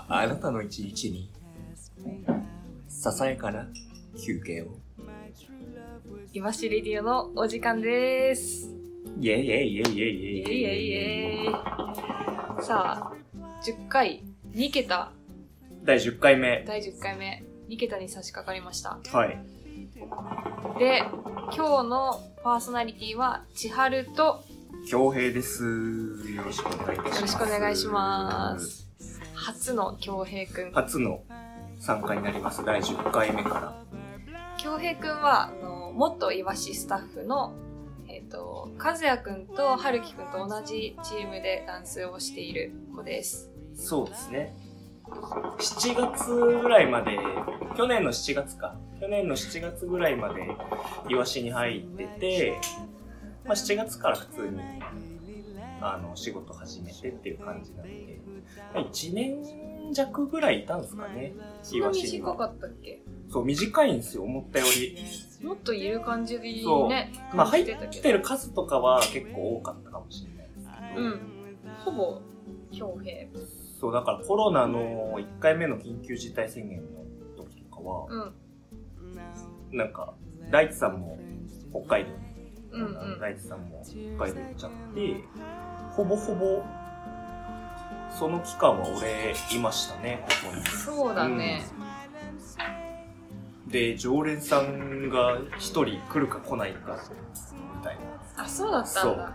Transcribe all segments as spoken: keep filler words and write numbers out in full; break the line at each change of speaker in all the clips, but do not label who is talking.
あなたの一日にささやかな休憩を。
いわしレディオのお時間です。
イェイイェイイェイイェイイェイ
イェイイェイイェイ。さあ、じゅっかい、にけた。
だいじゅっかいめ。
だいじゅっかいめ、にけたに差し掛かりました。
はい。
で、今日のパーソナリティは千春と
恭平です。よろしくお願いいたします。
よろしくお願いします。初の恭平くん。
初の参加になります。だいじゅっかいめから。
恭平くんはあの元いわしスタッフのえっと和也くんと春樹くんと同じチームでダンスをしている子です。
そうですね。しちがつぐらいまで、去年のしちがつか。去年のしちがつぐらいまでいわしに入ってて、まあ、しちがつから普通にあの仕事始めてっていう感じなので、いちねんじゃくぐらいいたんですかね。
そんな短かったっけ？
そう、短いんですよ、思ったより。
もっといる感じでね。
そう。まあ入ってる数とかは結構多かったかもしれないですけど。うん。
ほぼ恭平。
そう、だからコロナのいっかいめの緊急事態宣言の時とかは、うん、なんか大地さんも北海道に、うんうん、大地さんも北海道行っちゃって、ほぼほぼその期間は俺いましたね、ここに。
そうだね。
うん、で、常連さんが一人来るか来ないかみたいな。
あ、そうだったんだ。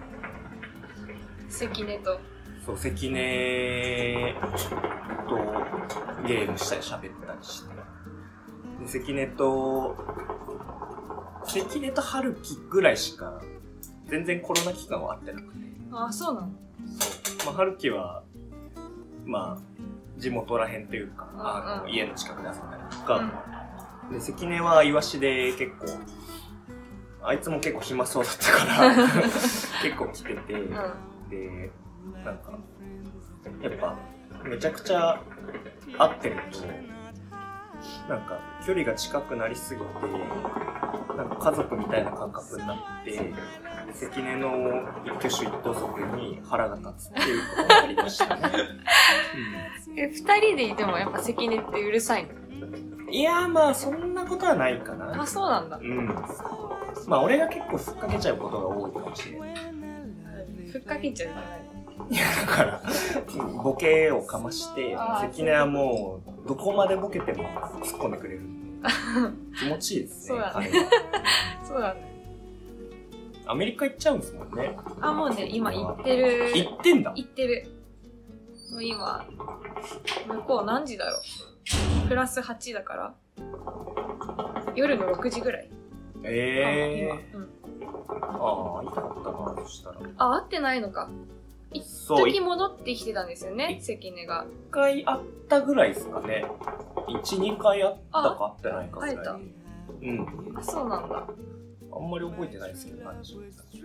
関根と。
そう、関根とゲームしたり喋ったりして。で、関根と、関根と春樹ぐらいしか、全然コロナ期間は会ってなくて。
あ、そうなの？
そう。まあ、春樹は、まあ、地元らへんというか、あの、家の近くで遊んだりとか、うん、で、関根はイワシで結構、あいつも結構暇そうだったから、結構来てて、うん、で、なんか、やっぱ、めちゃくちゃ会ってると、なんか、距離が近くなりすぎて、なんか家族みたいな感覚になって、関根の一挙手一投足に腹が立つっていうことがありましたね。
うん、え、二人でいてもやっぱ関根ってうるさいの？
いやーまあ、そんなことはないかな。
あ、そうなんだ。
うん。まあ、俺が結構ふっかけちゃうことが多いかもしれない。
ふっかけちゃうじゃないの？
いや、だから、ボケをかまして、関根はもう、どこまでボケても突っ込んでくれる。気持ちいいですね、
そうだね。
彼は。そう
だね。
アメリカ行っちゃうんですもんね。
あ、もうね、今行ってる。
行ってんだ。
行ってる。もう今、向こう何時だろう。プラスはちだから、夜のろくじぐらい。
えー。今。うん。ああ、行きたかったな、そしたら。
あ、会ってないのか。一時戻ってきてたんですよね、関根が。
一回会ったぐらいですかね。一、二回会ったか会ってないかぐらい。
会えた。
うん。
あ、そうなんだ。
あんまり覚えてないですけど、何でしょう。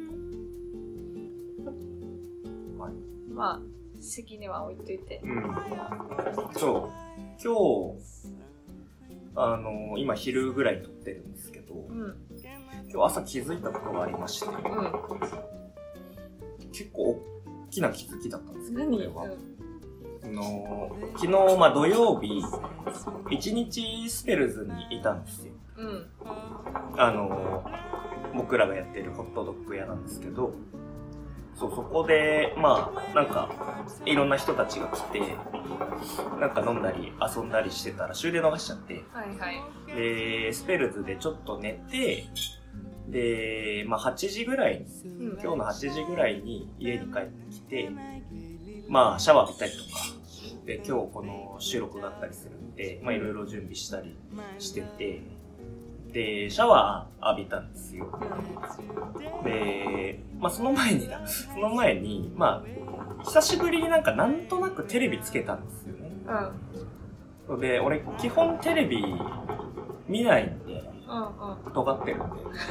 はい。
まあ、関根は置いといて。
うん。そう。今日、あのー、今昼ぐらいに撮ってるんですけど、うん、今日朝気づいたことがありまして、うん、結構大きな気づきだったんですけど、これは。うん、の昨日、まあ土曜日、一日スペルズにいたんですよ。うん、あのー、僕らがやってるホットドッグ屋なんですけど、そう、そこで、まあ、なんか、いろんな人たちが来て、なんか飲んだり遊んだりしてたら終電逃しちゃって、はいはい。で、スペルズでちょっと寝て、で、まあはちじぐらいに、うん、今日のはちじぐらいに家に帰ってきて、まあシャワー浴びたりとか、で、今日この収録があったりするんで、まあいろいろ準備したりしてて、で、シャワー浴びたんですよ。で、まあその前にだ、その前に、まあ、久しぶりになんかなんとなくテレビつけたんですよね。うん。で、俺基本テレビ見ないんで、うんうん、尖ってるんで。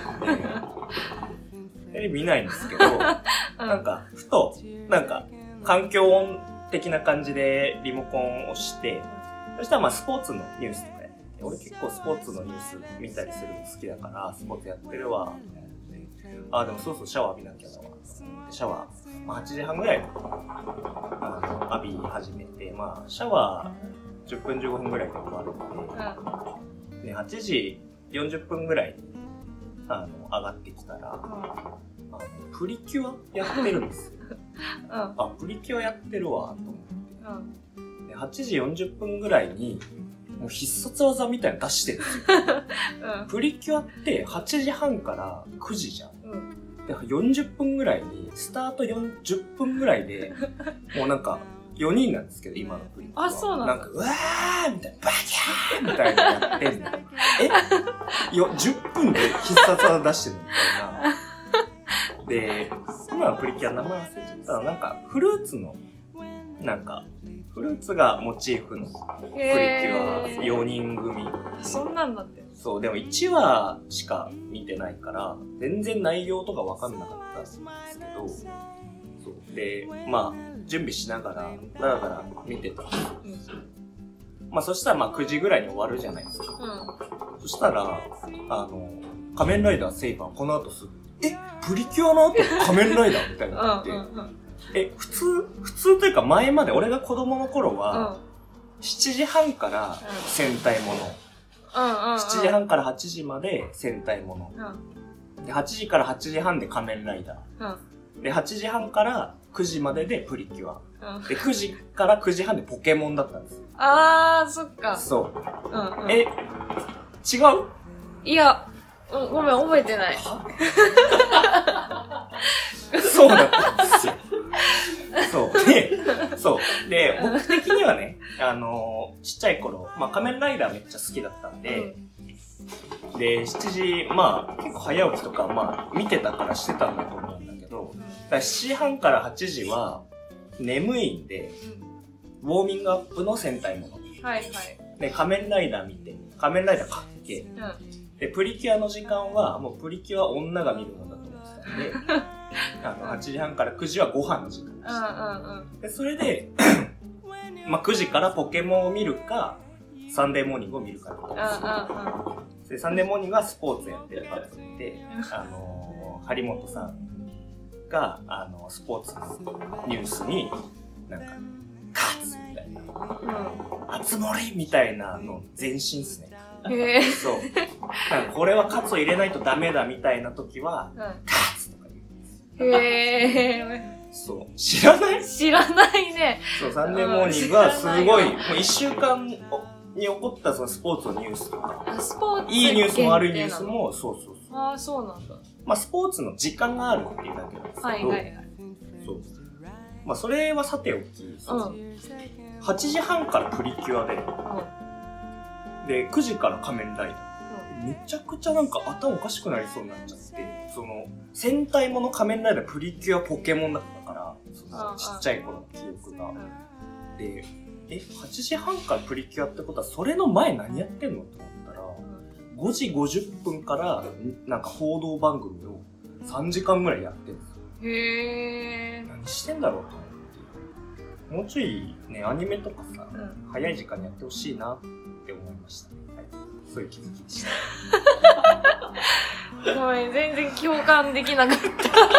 テレビ見ないんですけど、なんか、ふと、なんか、環境音的な感じでリモコンを押して、そしたらまあスポーツのニュースとかやってて、俺結構スポーツのニュース見たりするの好きだから、スポーツやってるわ。 あ、でもそうそうシャワー浴びなきゃだわ。シャワー、まあ、はちじはんぐらいあの浴び始めて、まあシャワーじゅっぷんじゅうごふんぐらいで終わるので、うん、ではちじよんじゅっぷんぐらいあの上がってきたら、うん、あのプリキュアやってるんですよ。うん、あ、プリキュアやってるわと思って、うん、ではちじよんじゅっぷんぐらいにもう必殺技みたいなの出してるんですよ。うん、プリキュアってはちじはんからくじじゃん。うん、でよんじゅっぷんぐらいにスタートよんじゅっぷんぐらいでもうなんかよにんなんですけど今のプリキュア。
あ、そうなんだ。
なんかうわーみたいなバキャーみたいなやってんの。えよじゅっぷんで必殺技出してるみたいな。で、今のプリキュア名前忘れちゃったらなんかフルーツのなんかフルーツがモチーフのプリキュアよにん組。
そんなんだって。
そう、でもいちわしか見てないから全然内容とかわかんなかったんですけど、そうで、まあ準備しながらだらだら見てた。うん、まあそしたらまあくじぐらいに終わるじゃないですか。うん、そしたらあの仮面ライダーセイバーこの後すぐえプリキュアの後仮面ライダーみたいになって、うんうんうん、え普通普通というか前まで俺が子供の頃は、うん、しちじはんから戦隊もの、うん、しちじはんからはちじまで戦隊もの、うん、ではちじからはちじはんで仮面ライダー、うん、ではちじはんからくじまででプリキュア、うん、でくじからくじはんでポケモンだったんですよ。
あーそっか。
そう、うんうん、え違う？
いやごめん覚えてない。
そうだったんですよ。そうで、そうで僕的にはね、あのー、ちっちゃい頃、まあ仮面ライダーめっちゃ好きだったんで、うん、でしちじまあ結構早起きとかまあ見てたからしてたんだと思うんだけど、だからしちじはんからはちじは眠いんで、ウォーミングアップの戦隊もの。
はいはい。
で仮面ライダー見て、仮面ライダーかっけ、うん、でプリキュアの時間はもうプリキュア女が見るものだと思ってたんで。あのはちじはんからくじはご飯の時間でした。うんうんうん、でそれで、まあ、くじからポケモンを見るかサンデーモーニングを見るかってことですよ、うんうんうん、でサンデーモーニングはスポーツやってる番組で、あのー、張本さんが、あのー、スポーツのニュースになんか勝つみたいな、うん、熱盛みたいなの前進っすね。
へー
そうなんかこれは勝つを入れないとダメだみたいな時は、うん、勝つ
へー
そう知らない
知らないね。
そうサンデーモーニングはすごいもういっしゅうかんに起こったそのスポーツのニュースとか
スポーツ
いいニュースも悪いニュースもそうそうそう
ああそうなんだ。
まあスポーツの時間があるっていうだけなんですけど、はいはいはい、そうまあそれはさておき、うん、はちじはんからプリキュアで、うん、でくじから仮面ライダーめちゃくちゃなんか頭おかしくなりそうになっちゃって、その戦隊もの仮面ライダープリキュアポケモンだったからそのちっちゃい頃の記憶が、うん、でえはちじはんからプリキュアってことはそれの前何やってんのと思ったら、うん、ごじごじゅっぷんからなんか報道番組をさんじかんぐらいやってるんですよ。
へー
何してんだろうと思ってもうちょいねアニメとかさ、うん、早い時間にやってほしいなって思いましたね。そういう気づきでした。
ごめん、全然共感できなかった。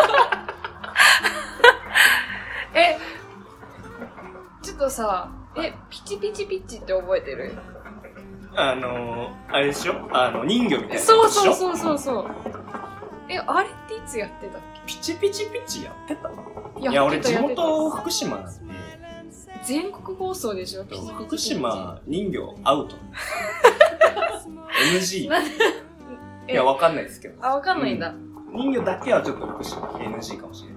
え、ちょっとさ、え、ピチピチピチって覚えてる？
あのー、あれでしょ？あの、人魚みたいな。
そうそうそうそうそう。え、あれっていつやってたっけ？
ピチピチピチやってた？
やってた。
いや、俺地元福島なんで。
全国放送でしょ？
ピチピチピチ福島人魚アウト。エヌジー いやわかんないですけど。
あ、わかんないんだ、うん、
人魚だけはちょっと福島 エヌジー かもしれない。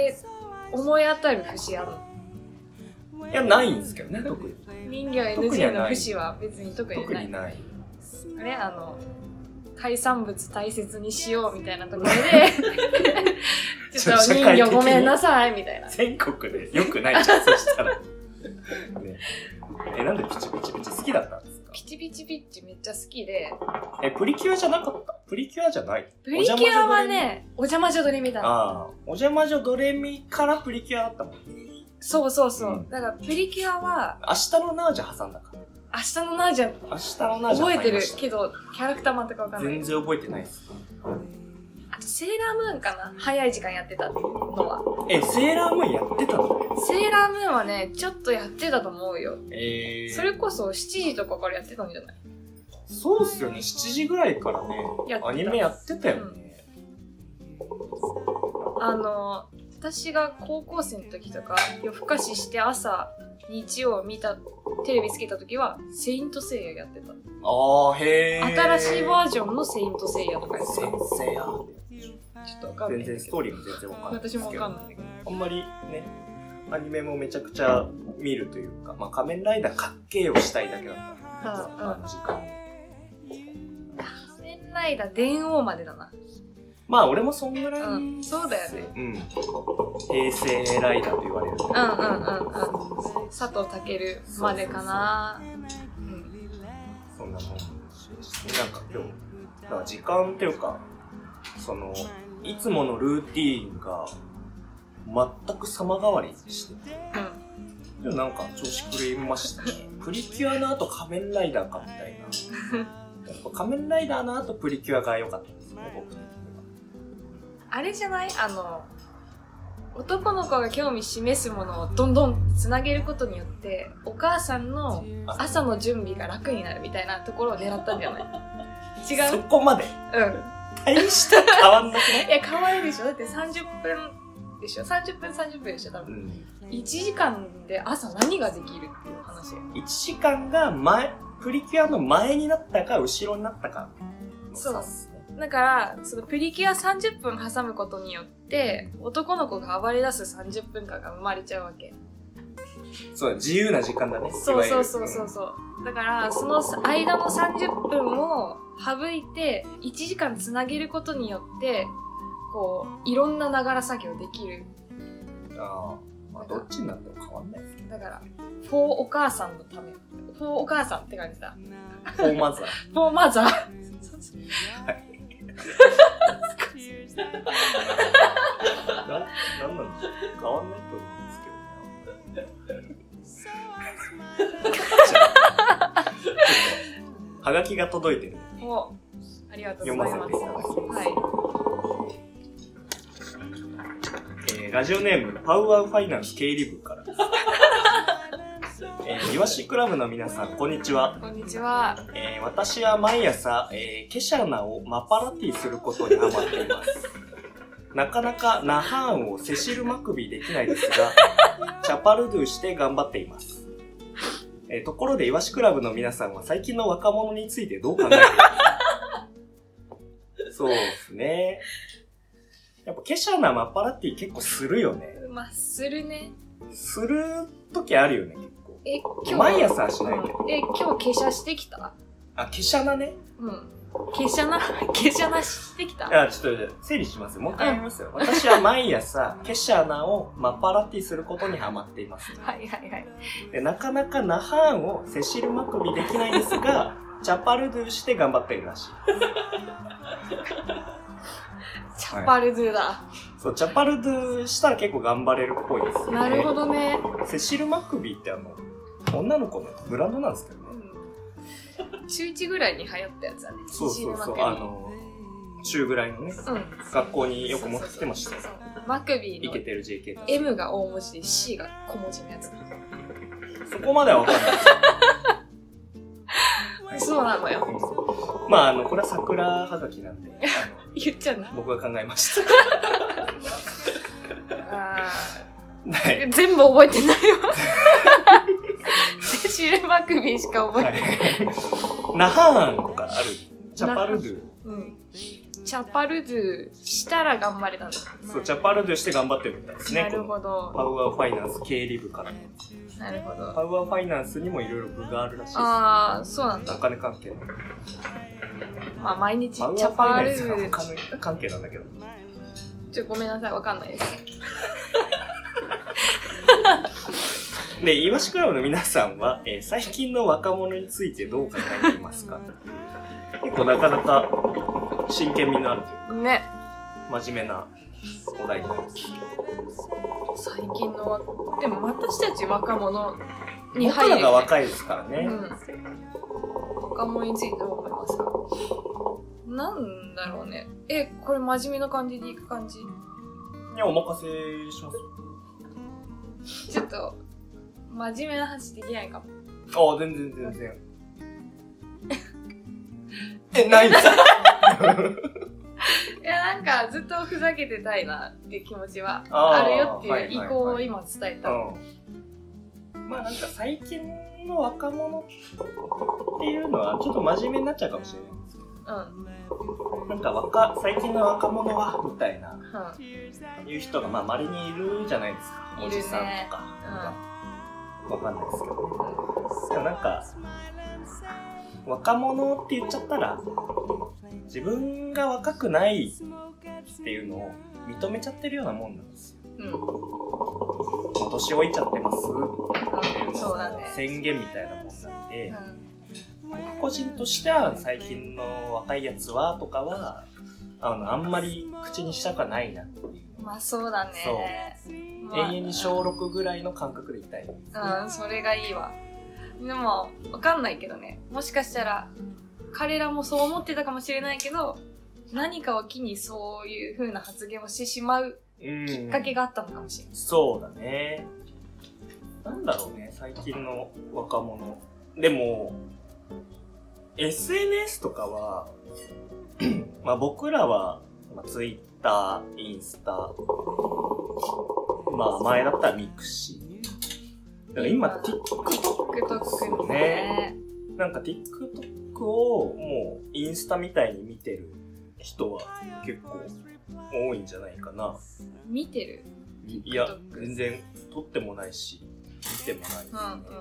え思い当たる節ある？
いやないんですけどね特に。
人魚 エヌジー の節は別に特にない。
特にない。
あれあの海産物大切にしようみたいなところでちょっと人魚ごめんなさいみたいな。
全国でよくないじゃんそしたら、ね、えなんでピチピチピチ好きだったんですか？
ピチピチピチめっちゃ好きで。
えプリキュアじゃなかった？プリキュアじゃない？
プリキュアはねお邪魔女ドレミだ。
ああお邪魔女ドレミからプリキュアだったもん。
そうそうそう、うん、だからプリキュアは
明日のナージャ挟んだから。
明日のナージャ
明日のナージャ
覚えてるけどキャラクター全く分かんない。
全然覚えてないです。
明あとセーラームーンかな、早い時間やってたのは。
え、セーラームーンやってたの？
セーラームーンはね、ちょっとやってたと思うよ。
えー、
それこそしちじとかからやってたんじゃない？
そうっすよね、しちじぐらいからね、アニメやってたよね。
うん、あの、私が高校生の時とか、夜更かしして朝、日曜見た、テレビつけた時は、セイントセイヤやってた。
あー、へー。
新しいバージョンのセイントセイヤとかやってた。
セイントセイヤ。ちょ
っとわかんない。
全然ストーリーも全然わかんないですけど。
私もわかんない。
あんまりね、アニメもめちゃくちゃ見るというか、まあ仮面ライダーかっけーをしたいだけだった。
は
あの時間。
仮面ライダー電王までだな。
まあ俺もそんぐらい、
うん、そうだよね。
うん。平成ライダーと言われる。
うんうんうんうん。佐藤健までかな。
うん。そんなもん。なんか今日、だから時間っていうか、その、いつものルーティーンが全く様変わりしてて、うん。でもなんか調子狂いましたね。プリキュアの後仮面ライダーかみたいな。やっぱ仮面ライダーの後プリキュアが良かったですね、僕的には。
あれじゃない？あの、男の子が興味示すものをどんどんつなげることによって、お母さんの朝の準備が楽になるみたいなところを狙ったんじゃない？違う？
そこまで？
うん。
大した変わんなくない？
いや、変わるでしょ？だってさんじゅっぷんでしょ？ さんじゅっぷんさんじゅっぷんでしょ多分、うん。いちじかんで朝何ができるっていう話。
いちじかんが前、プリキュアの前になったか後ろになったか。
そう。だから、そのプリキュアさんじゅっぷん挟むことによって、男の子が暴れ出すさんじゅっぷんかんが生まれちゃうわけ。
そう、自由な時間だね。
そうそうそうそうそう。だから、その間のさんじゅっぷんを省いて、いちじかんつなげることによって、こう、いろんなながら作業できる。
ああ、まあどっちになっても変わんないですけ
ど。だから、フォーお母さんのため。フォーお母さんって感じだ。
フォーマザー。
フォーマザー。はい。
な、なんなんでしょう。変わんないと思うんですけどね。じゃあ、ちょっと、はがきが届いてる。
お、ありがとうございます。読ませていただきます。はい。
えー、ラジオネーム、パウアーファイナンス経理部からです。えー、イワシクラブの皆さん、こんにちは。
こんにちは。
えー、私は毎朝、えー、ケシャナをマパラティすることにハマっています。なかなかナハーンをセシルマクビできないですが、チャパルドゥして頑張っています。えー、ところでイワシクラブの皆さんは最近の若者についてどう考えていますか？そうですね。やっぱケシャナマパラティ結構するよね。
まあ、するね。
する時あるよね、結構。
え、今日
毎朝はしないけど。
え、今日化粧してきた？
あ、ケシャナね。
うん。ケシャナ、ケシャナしてきた？
あ、ちょっと整理しますよ。もう一回やりますよ。うん、私は毎朝、ケシャナをマパラティすることにハマっています。
はいはいはい。
で、なかなかナハーンをセシルマクビできないですが、チャパルドゥして頑張っているらしい。
チャパルドゥだ、は
い。そう、チャパルドゥしたら結構頑張れるっぽいですよね。
なるほどね。
セシルマクビってあの、女の子のブランドなんですけどね。
うん、中いちぐらいに流行ったやつだね。
そうそうそう。あの、中ぐらいのね、うん、学校によく持ってきてましたよ。
マクビーの
イケてる ジェーケー
エム が大文字で シー が小文字のやつ。
そこまではわかんない
です。そうなのよ。
うん、まあ、あの、これは桜はがきなんで。
言っちゃうな。
僕が考えました。
あはい、全部覚えてないよ。セシルマクビーしか覚えてない。はい、
ナハーンとかある。チャパルドゥ。
うん。チャパルドゥしたら頑張れたんだ。
そう、チャパルドゥして頑張ってるみたいですね。
なるほど。
パウアーファイナンス経理部から。
なるほど。
パウアーファイナンスにもいろいろ部があるらしいです。
ああ、そうなんだ。
お金関係の。
まあ、毎日チ
ャ
パルド
ゥ。お金関係なんだけど。
ちょ、ごめんなさい、わかんないです。
で、イワシクラブの皆さんは、えー、最近の若者についてどう考えていますか？結構なかなか真剣味のあるというか、
ね、
真面目なお題になる。
最近のわ、でも私たち若者に入る。
僕らが若いですからね。
うん。若者についてどう思いますか？ なんだろうね。え、これ真面目な感じでいく感じ？
いや、お任せしますよ。
ちょっと、真面目な話できないかも。
ああ、全然全然。え、ないんですか？
いや、なんか、ずっとふざけてたいなっていう気持ちはあるよっていう意向を今伝えた。
はいはいはいうん、まあなんか最近の若者っていうのはちょっと真面目になっちゃうかもしれないんですけど、うん、なんか若最近の若者はみたいな、うん、いう人がまあ稀にいるじゃないですか。おじさんとか、うん、わかんないですけど、ね、でもなんか若者って言っちゃったら自分が若くないっていうのを認めちゃってるようなもんなんですよ。うん、もう年老いちゃってますっていう
そうだね、
宣言みたいなもんなんで、うん、僕個人としては最近の若いやつはとかはあのあんまり口にしたくはないなっていう。
まあそうだね。
そう、まあ、永遠に小ろくぐらいの感覚でいたい。
うん、それがいいわ。でもわかんないけどね、もしかしたら彼らもそう思ってたかもしれないけど、何かを機にそういう風な発言をしてしまうきっかけがあったのかもしれない。
うん、そうだね。なんだろうね、最近の若者。でも、エスエヌエス とかは、まあ僕らは、まあ、Twitter、インスタ、まあ前だったらミクシー。だから今、TikTok ね。なんか TikTok をもうインスタみたいに見てる人は結構多いんじゃないかな。
見てる？
いや、全然撮ってもないし、見てもないですね。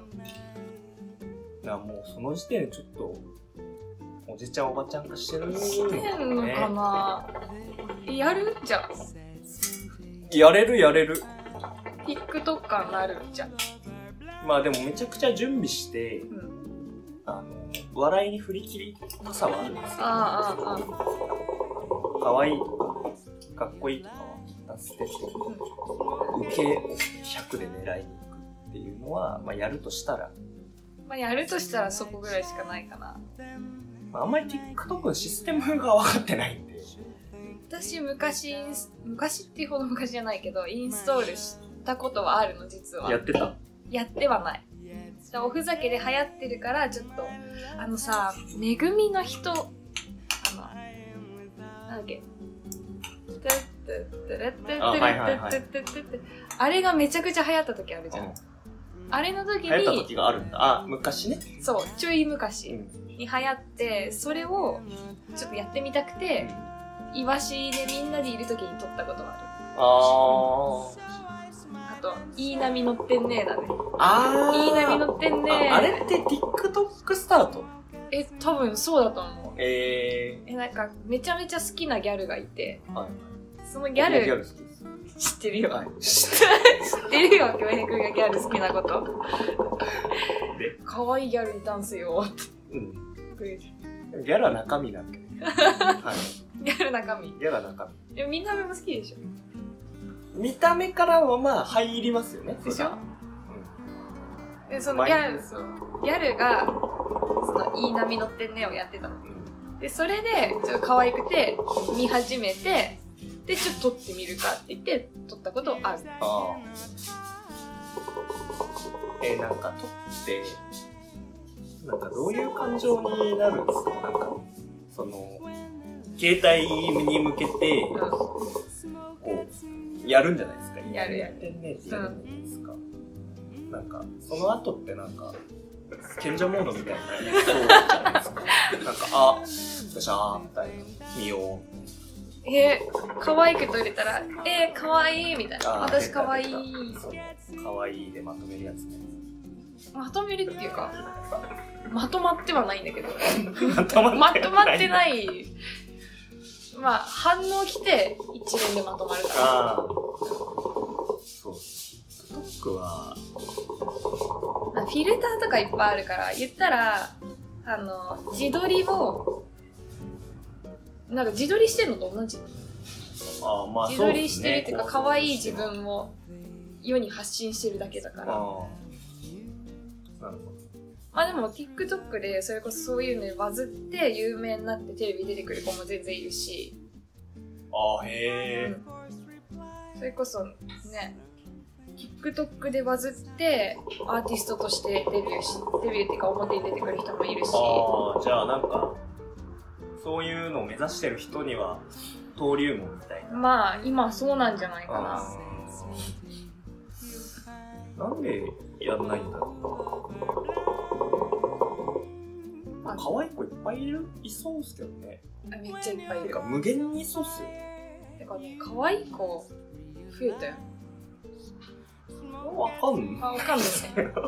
うんうん、もうその時点でちょっと、おじちゃんおばちゃん化してる、ね。
してんのかな？やるじゃん。
やれるやれる。
TikToker になるじゃん。
まあでもめちゃくちゃ準備して、うん、あの、笑いに振り切りたさはあるんですけど、ああああかわいいとか、かっこいいとかは捨てて、うん、受けひゃくで狙いに行くっていうのは、まあやるとしたら。
まあやるとしたらそこぐらいしかないかな。
まあ、あんまり TikTok のシステムが分かってないんで。
私昔、昔っていうほど昔じゃないけど、インストールしたことはあるの、実は。
やってた？
やってはない。おふざけで流行ってるから、ちょっと、あのさ、めぐみの人、あの、なんだっけ、あれがめちゃくちゃ流行った時あるじゃん。うん、あれの時に、
流行った時があるんだ。あ、昔ね。
そう、ちょい昔に流行って、それをちょっとやってみたくて、イワシでみんなでいる時に撮ったことがある。あー。あと、いい波乗ってんねーだね。あー。いい波乗ってんねー。
あれって TikTok スタート？
え、多分そうだと思う。
えー。
え、なんか、めちゃめちゃ好きなギャルがいて、はい、そのギ
ャル、
ギャル好きです。知ってるよ。はい、知ってるよ、京平くんがギャル好きなこと。で、可愛いギャルいたんすよ、って。うん。
ギャルは中身なんだよね。はい。
ギャル中身。
ギャルは中身。
でも見た目も好きでしょ。
見た目からはまあ入りますよね。
でしょ？うん。で、そのギャル、そう。ギャルが、その、いい波乗ってんねをやってたの。うん、で、それで、ちょっと可愛くて、見始めて、で、ちょっと撮ってみるかって言って、撮ったことある。ああ。
えー、なんか撮って、なんかどういう感情になるんですか？なんか、その、携帯に向けて、うん、こう、やるんじゃないですか？
やるやる。
やってんねってやるんですか？うん、なんか、その後ってなんか、賢者モードみたいになりそうじゃないですか。なんか、あ、よしゃーみたいな、見よう。
えー、可愛く撮れたら、えー、可愛いみたいな。私可愛い。
そう、可愛いでまとめるやつね。
まとめるっていうか、まとまってはないんだけど。
まとまって
まとまってない。まあ、反応来て、一連でまとまるから。ああ。
そう。TikTok は、
フィルターとかいっぱいあるから、言ったら、あの、自撮りを、なんか自撮りしてるのと同じ。
ああ、まあ、
自撮りしてるっていうか、可愛い自分を世に発信してるだけだから。ああ。
なるほど。
まあでも TikTok でそれこそそういうのでバズって有名になってテレビ出てくる子も全然いるし。
あーへー、うん、
それこそね TikTok でバズってアーティストとしてデビューしデビューっていうか表に出てくる人もいるし。
ああ、じゃあなんかそういうのを目指してる人には登竜門みたいな。
まあ今そうなんじゃないか
な。なんでやんないんだろうな。可愛い子いっぱいいるいそうっすけどね。
めっちゃいっぱいいる。
てか無限にいそうっすよね。
てかね、可愛い子増えたよ。
わかんない。
あ、わかんないね。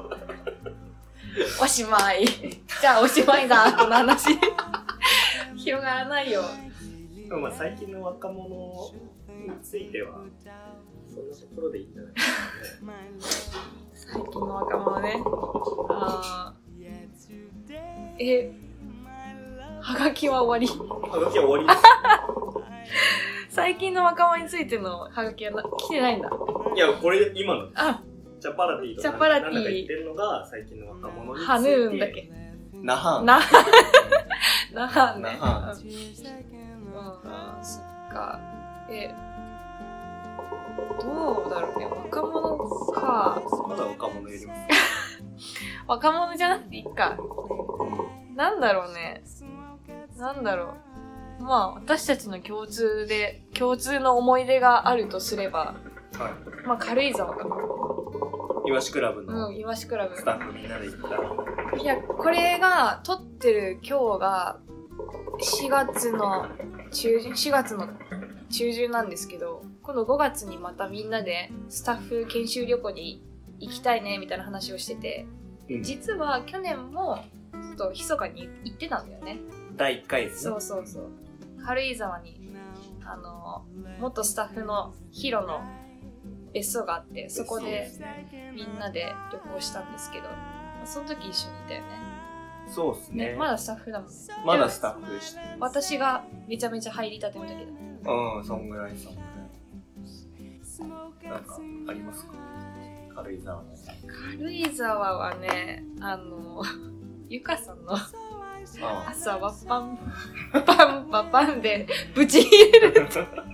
おしまい。じゃあおしまいだ、この話。広がらないよ。
でもまあ最近の若者についてはそんなところでいいんじゃないですかね。
最近の若者ね。あえ、はがきは終わり。
はがきは終わりです。
最近の若者についてのはがきはな来てないんだ。
いや、これ今の。
あ、
チャパラティとか
チャパラティ
なんだか言ってるのが最近の若者について。
ハヌーンだっけ。
ナハン。
ナハン。ナハンね。
ナハン。
うん、そっか。え、どうだろうね。若者か。
まだ若者いる。
若者じゃなくていいか。なんだろうね。なんだろう。まあ、私たちの共通で、共通の思い出があるとすれば、はい、まあ、軽井沢かな。
イワシクラブの。
うん、イワシクラブ。
スタッフみんなで行った。
いや、これが、撮ってる今日が、しがつの中旬、しがつの中旬なんですけど、今度ごがつにまたみんなでスタッフ研修旅行に行きたいねみたいな話をしてて、うん、実は去年もちょっと密かに行ってたんだよね。
だいいっかいですね。
そうそうそう。軽井沢にあの元スタッフのヒロの別荘があって、そこでみんなで旅行したんですけど、その時一緒にいたよね。
そうですね。
ね、まだスタッフだもんね。
まだスタッフでした。
私がめちゃめちゃ入りたての時だ。
うん、そんぐらいそんぐらい。なんかありますか？軽井沢の。
軽井沢はね、あのゆかさんの朝はパンパンパパンでブチ切れる。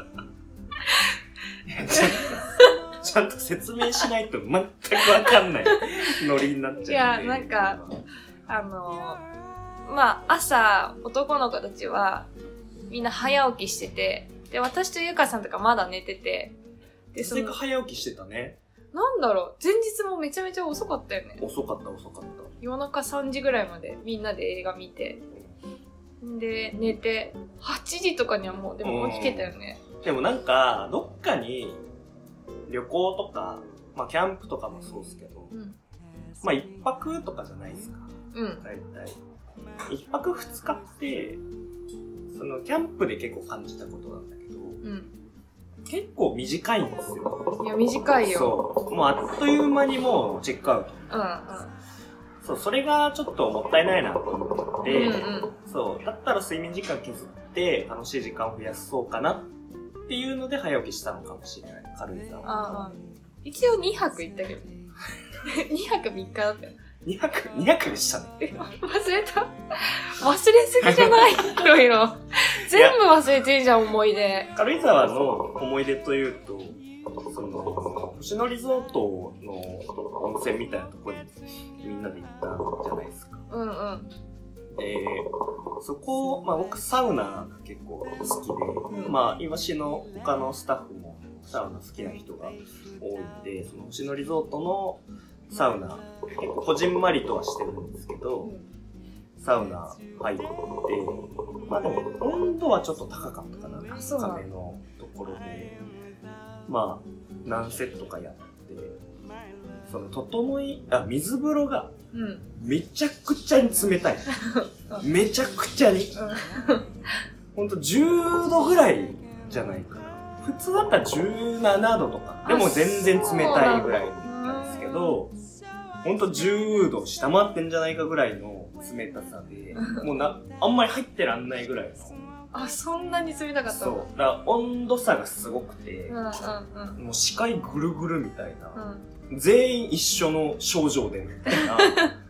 ちゃんと説明しないと全くわかんないノリになっちゃう。
いや、なんかあのまあ朝男の子たちはみんな早起きしてて、で私とゆかさんとかまだ寝てて、
でそれか早起きしてたね。
なんだろう、前日もめちゃめちゃ遅かったよね。
遅かった遅かった。
夜中さんじぐらいまでみんなで映画見て、で寝てはちじとかにはもうでも起きてたよね。
でもなんかどっかに旅行とか、まあキャンプとかもそうですけど、うん、まあ一泊とかじゃないですか。うん。大体一泊二日ってそのキャンプで結構感じたことなんだけど、うん、結構短いんですよ。
いや短いよ。
そう。もうあっという間にもうチェックアウト。うんうん。そう、それがちょっともったいないなと思って、うんうん、そう、だったら睡眠時間削って楽しい時間を増やそうかなっていうので早起きしたのかもしれない。軽井沢。ああ。一
応にはく行ったけど。にはくみっかだったよ。
にはく、にはくでしたね。
忘れた忘れすぎじゃないいろいろ。全部忘れてるじゃん、思い出。
軽井沢の思い出というと、その、星野リゾートの温泉みたいなところにみんなで行ったじゃないですか。うんうん。で、そこ、まあ僕サウナが結構好きで、うん、まあイワシの他のスタッフもサウナ好きな人が多いんで、その星野リゾートのサウナ、結構こじんまりとはしてるんですけど、うん、サウナ入って、まあでも温度はちょっと高かったかな、高めのところで、まあ何セットかやって、その整い、あ、水風呂がめちゃくちゃに冷たい。うん、めちゃくちゃに。ほんとじゅうどぐらいじゃないかな。普通だったらじゅうななどとか、でも全然冷たいぐらいなんですけど、ほんとじゅうど下回ってんじゃないかぐらいの冷たさで、もうな、あんまり入ってらんないぐらいの。
あ、そんなに冷たかったの？
そう。だから温度差がすごくて、うんうんうん、もう視界ぐるぐるみたいな、うん、全員一緒の症状でみたいな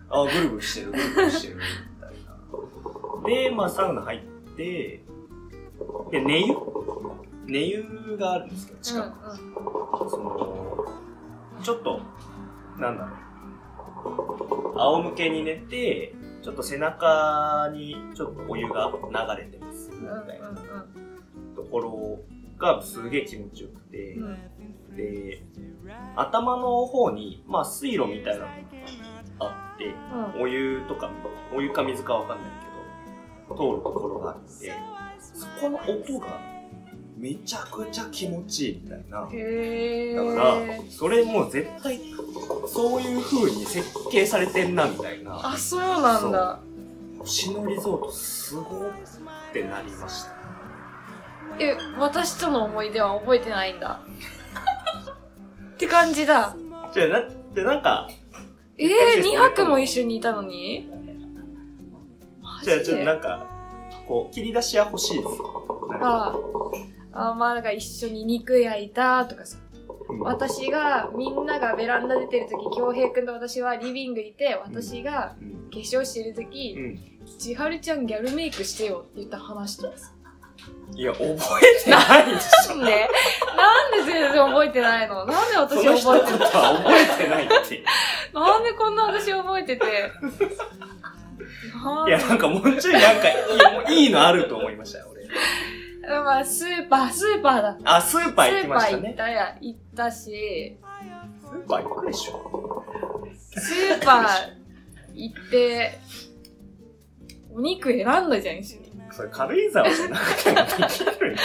あ、ぐるぐるしてる、ぐるぐるしてる、みたいな。で、まあサウナ入って、で、寝湯寝湯があるんですけど、近く。うんうん、その、ちょっと、なんだろう。仰向けに寝て、ちょっと背中にちょっとお湯が流れてます、みたいなところがすげえ気持ちよくて、うん、で、頭の方に、まあ水路みたいなのがあって、うん、お湯とか、お湯か水かわかんないけど、通るところがあって、そこの音がめちゃくちゃ気持ちいいみたいな。へー。だから、それもう絶対、そういう風に設計されてんなみたいな。
あ、そうなんだ。
星野リゾートすごってなりました。
え、私との思い出は覚えてないんだ。って感じだ。
じゃあ、だってなんか、
えー、にはくも一緒にいたのに？
じゃあ、ちょっとなんか、こう、切り出しは欲しいですよ。
ああ。あ、まあ、なんか一緒に肉焼いたとかさ。うん、私が、みんながベランダ出てるとき、京平くんと私はリビングいて、私が化粧してるとき、うんうん、千春ちゃんギャルメイクしてよって言った話とかさ。
いや、覚えてないでしょ。
なんでなんで全然覚えてないの？なんで私覚えてない？その
人のことは覚えてないって。
なんでこんな私覚えてて。
いや、なんかもうちょいなんかいい、いいのあると思いましたよ、俺。
まあ、スーパー、スーパーだ。
あ、スーパー行きましたね。
スーパー行ったや、行ったし。
スーパー行くでしょ。
スーパー行って、お肉選んだじゃん、一緒に。
それ軽井沢じゃなくてもできる。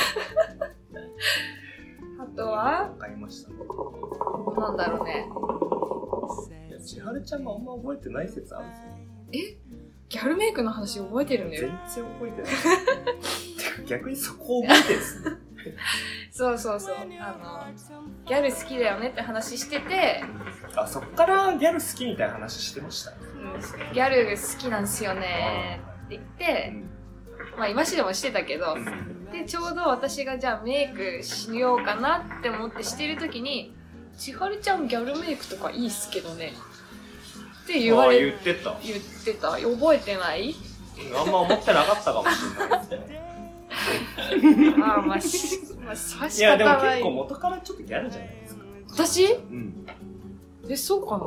あとは
買いましたね。
なんだろうね。
いや、千春ちゃんもあんま覚えてない説あるんですよ。
え？ギャルメイクの話覚えてるんだよ。
全然覚えてない。逆にそこ覚えてるんですね。
そうそうそう。あの、ギャル好きだよねって話してて、
あ、そっからギャル好きみたいな話してました。うん、
ギャル好きなんですよねって言って、うん、まあ今しでもしてたけど、うん、で、ちょうど私がじゃあメイクしようかなって思ってしてるときに、千春ちゃんギャルメイクとかいいっすけどね。って言われ
言ってた
言ってた覚えてない？
あんま思ってなかったかもしれないです
ね。ああ、まあ、し、まあ、差し方ない。いや、
でも結構元からちょっとギャルじゃないですか。
私？
うん。
え、そうかな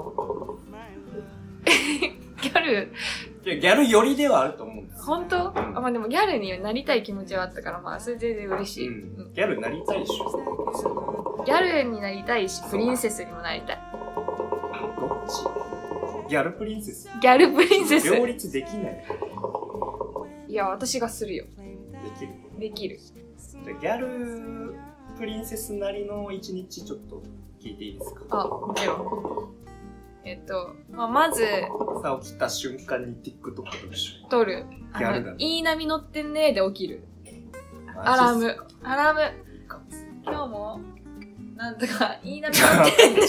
ギャル。
いや、ギャル寄りではあると思うんです。
本当？うん、あ、まあでもギャルになりたい気持ちはあったから、まあ、それ全然嬉しい。
うん。ギャルになりたいでしょ。
ギャルになりたいし、プリンセスにもなりたい。
どっち？ギャルプリンセス。
ギャルプリンセス。
両立できない。
いや、私がするよ。
できる。
できる。
じゃギャルプリンセスなりの一日ちょっと聞いていいですか？
あ、もちろん。えっと、まあ、まず、
朝起きた瞬間に TikTok 撮るでしょ。
撮る。
ギャルだね。
いい波乗ってんねーで起きる。アラーム。アラーム。今日も、なんとか、いい波乗ってんね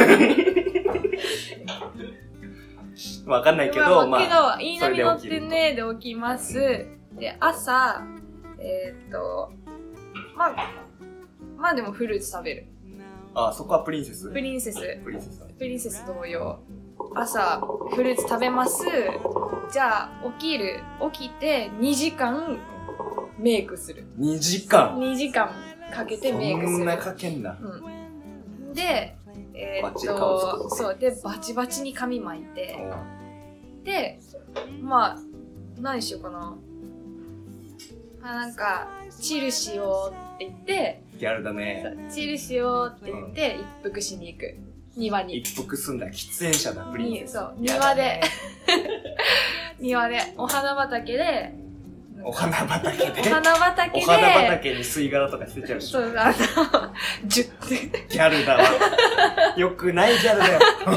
ー。
わかんないけど、まあ。
けど、いい波乗ってんねーで起きます。で、朝、えー、っと、まあ、まあでもフルーツ食べる。
あ、そこはプリンセス？
プリンセス。
プリンセス。
プリンセス同様。朝、フルーツ食べます。じゃあ、起きる。起きて、にじかん、メイクする。
にじかん ?
に 時間かけてメイクする。
そんなかけんな。
うん。で、えー、っと、そう。で、バチバチに髪巻いて、で、まあ、何しようかな。あ、なんか、チルしようって言って、
ギャルだね。
チルしようって言って、一服しに行く。庭に。
一服すんだ。喫煙者だ、プリンセス。
そう、庭で。庭で、お花畑で、
お花畑で
お花畑で
お花畑に吸い殻とか捨てちゃうし。
そう、あの、ジュッて。
ギャルだわ。よくないギャルだよ。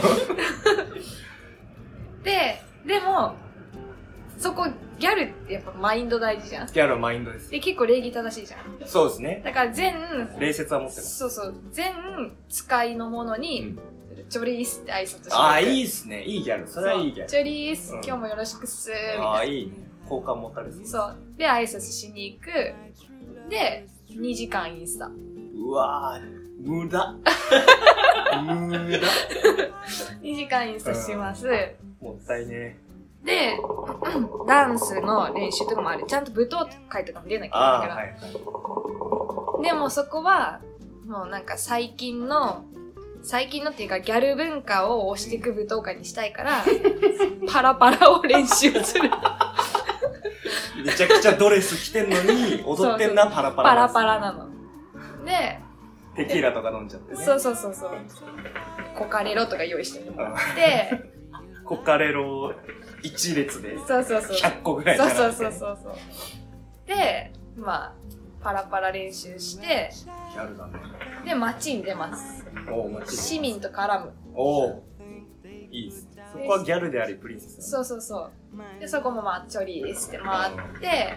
で、でも、そこ、ギャルってやっぱマインド大事じゃん。
ギャルはマインドです。
で、結構礼儀正しいじゃん。
そうですね。
だから全、
礼節は持ってます。
そうそう、全使いのものに、うん、チョリースって挨拶してる。
ああ、いいっすね。いいギャル。それはいいギャル。
チョリース、うん、今日もよろしくっす。みたいな。
ああ、いいね。好感持たれる。
そう。で、挨拶しに行く。で、にじかんインスタ。
うわぁ、無駄。無駄。
にじかんインスタします。うん
もったいね。
で、ダンスの練習とかもある。ちゃんと舞踏会とかも出なきゃいけないから。はいはい、でもそこは、もうなんか最近の、最近のっていうかギャル文化を推していく舞踏会にしたいから、パラパラを練習する。
めちゃくちゃドレス着てんのに、踊ってんな、パラパラ。
パラパラなの。で、
テキーラとか飲んじゃってね。
そうそうそうそう。コカレロとか用意してもらって、
コカレロ一列で、
そうそうそう。
ひゃっこぐらい
そうそうそうそうそう。で、まあ、パラパラ練習して、
ギャルだね。
で、街に出ます。
お街
市民と絡む。
おお。いいですね。そこはギャルでありプリンセス。
そうそうそう。で、そこもまあ、チョリースって回って、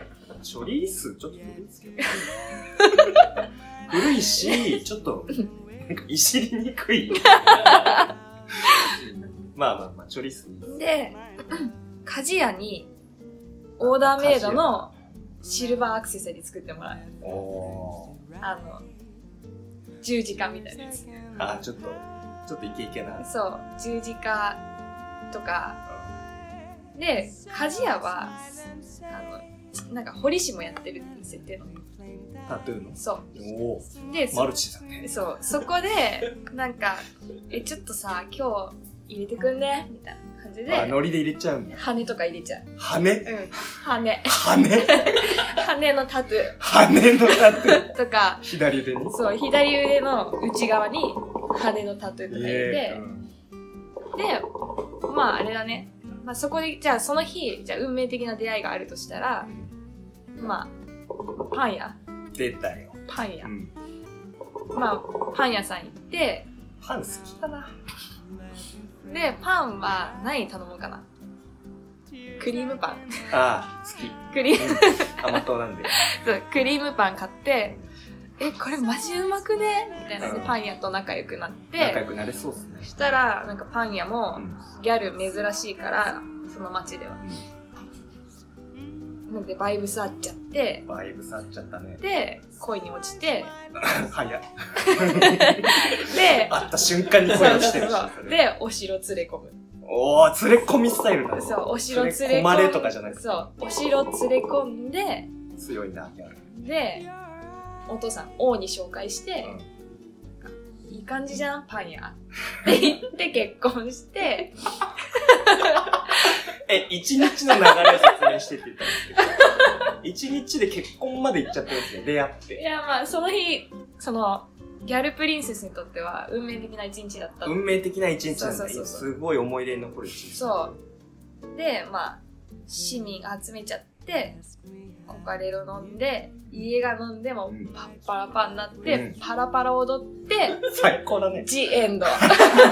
チョリースちょっと古いですけど。古いし、ちょっと、いじりにくい。まあまあまあ、チョリース
で、鍛冶屋に、オーダーメイドのシルバーアクセサリー作ってもらう。おー。あの、十字架みたいなやつ。
あ、ちょっと、ちょっとイケイケな。
そう、十字架とか。で、鍛冶屋は、あの、なんか彫り師もやってるっていう設定の。
タトゥーの？
そう。
おー。で、マルチだね。
そう。そこで、なんか、え、ちょっとさ、今日入れてくんねみたいな感じで。
あ、ノリで入れちゃうんだ。
羽とか入れちゃう。
羽？うん。
羽。
羽？
羽のタトゥー。
羽のタトゥー。
とか。
左腕に？
そう、左腕の内側に羽のタトゥーとか入れて、うん、で、まああれだね。まあそこで、じゃあその日、じゃあ運命的な出会いがあるとしたら、まあ、パン屋。
出たよ。
パン屋。うん、まあ、パン屋さん行って、
パン好きだな。
で、パンは何頼もうかな。クリームパン。
ああ、好き。
クリーム、
うん、甘党なんで。
そう、クリームパン買って、え、これマジうまくねみたいなで、パン屋と仲良くなって。
仲良くなれそうっすね。
したら、なんかパン屋も、ギャル珍しいから、その街では。なんで、バイブス合っちゃって。
バイブス合っちゃったね。
で、恋に落ちて。
早っ。
で、
会った瞬間に恋落ちてるし。
そうそう。で、お城連れ込む。
おー、連れ込みスタイルだね。
そう、お城連れ込む。
込まれとかじゃなくて。
そう、お城連れ込んで。
強いな、ギャル。
で、お父さん、王に紹介して、うん、いい感じじゃん、パン屋。って言って結婚して、
え、一日の流れを説明してって言ったんですけど、一日で結婚まで行っちゃってるんですよ、出会って。
いや、まあ、その日、その、ギャルプリンセスにとっては運命的な一日だった。
運命的な一日なんだ。
そうそうそう
すごい思い出に残る一日。
そう。で、まあ、市民集めちゃって、コカレロ飲んで、家が飲んでもパッパラパになって、うん、パラパラ踊って、
最高だね。
ジエンド。なん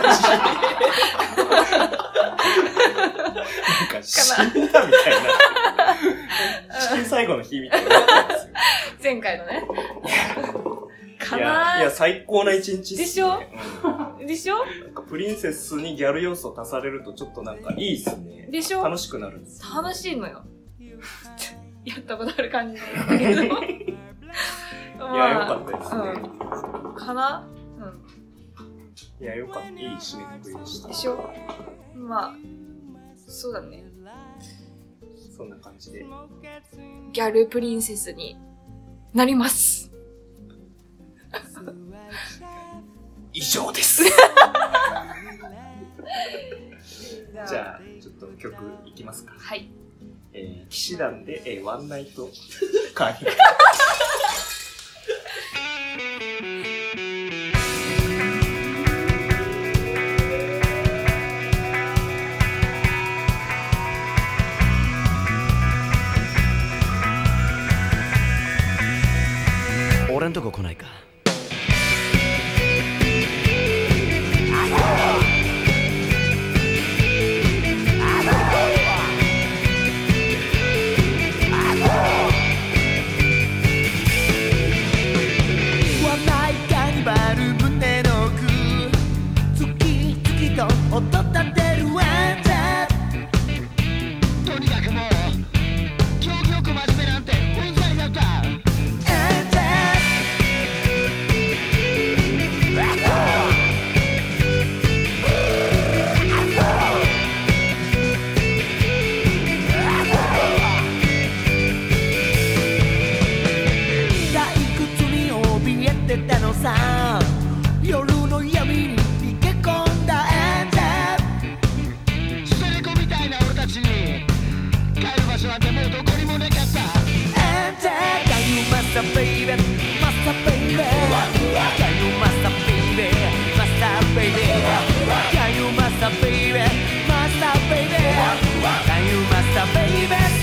か死んだみたいな。地球最後の日みたいな。
前回のね。か
な。いや、いや最高な一日っすね。
でしょ、うん、でしょ
なんかプリンセスにギャル要素足されるとちょっとなんかいいっすね。
でしょ
楽しくなるんです。
楽しいのよ。やったことある感じなんだけど。ま
あ、いや、よかったですね。
うん、かなうん。
いや、よかった。いい締めくくりでした。
でしょまあ、そうだね。
そんな感じで。
ギャルプリンセスになります。
以上です。じゃあ、ちょっと曲いきますか。
はい。
えー、騎士団で、えー、ワンナイトカーニバル。
俺んとこ来ないか。
音立てるワンダとにかくもう競技よく真面目なんてうんざりだった。 Master baby Master baby Can you master baby Master baby Can you master baby Master baby Can you master baby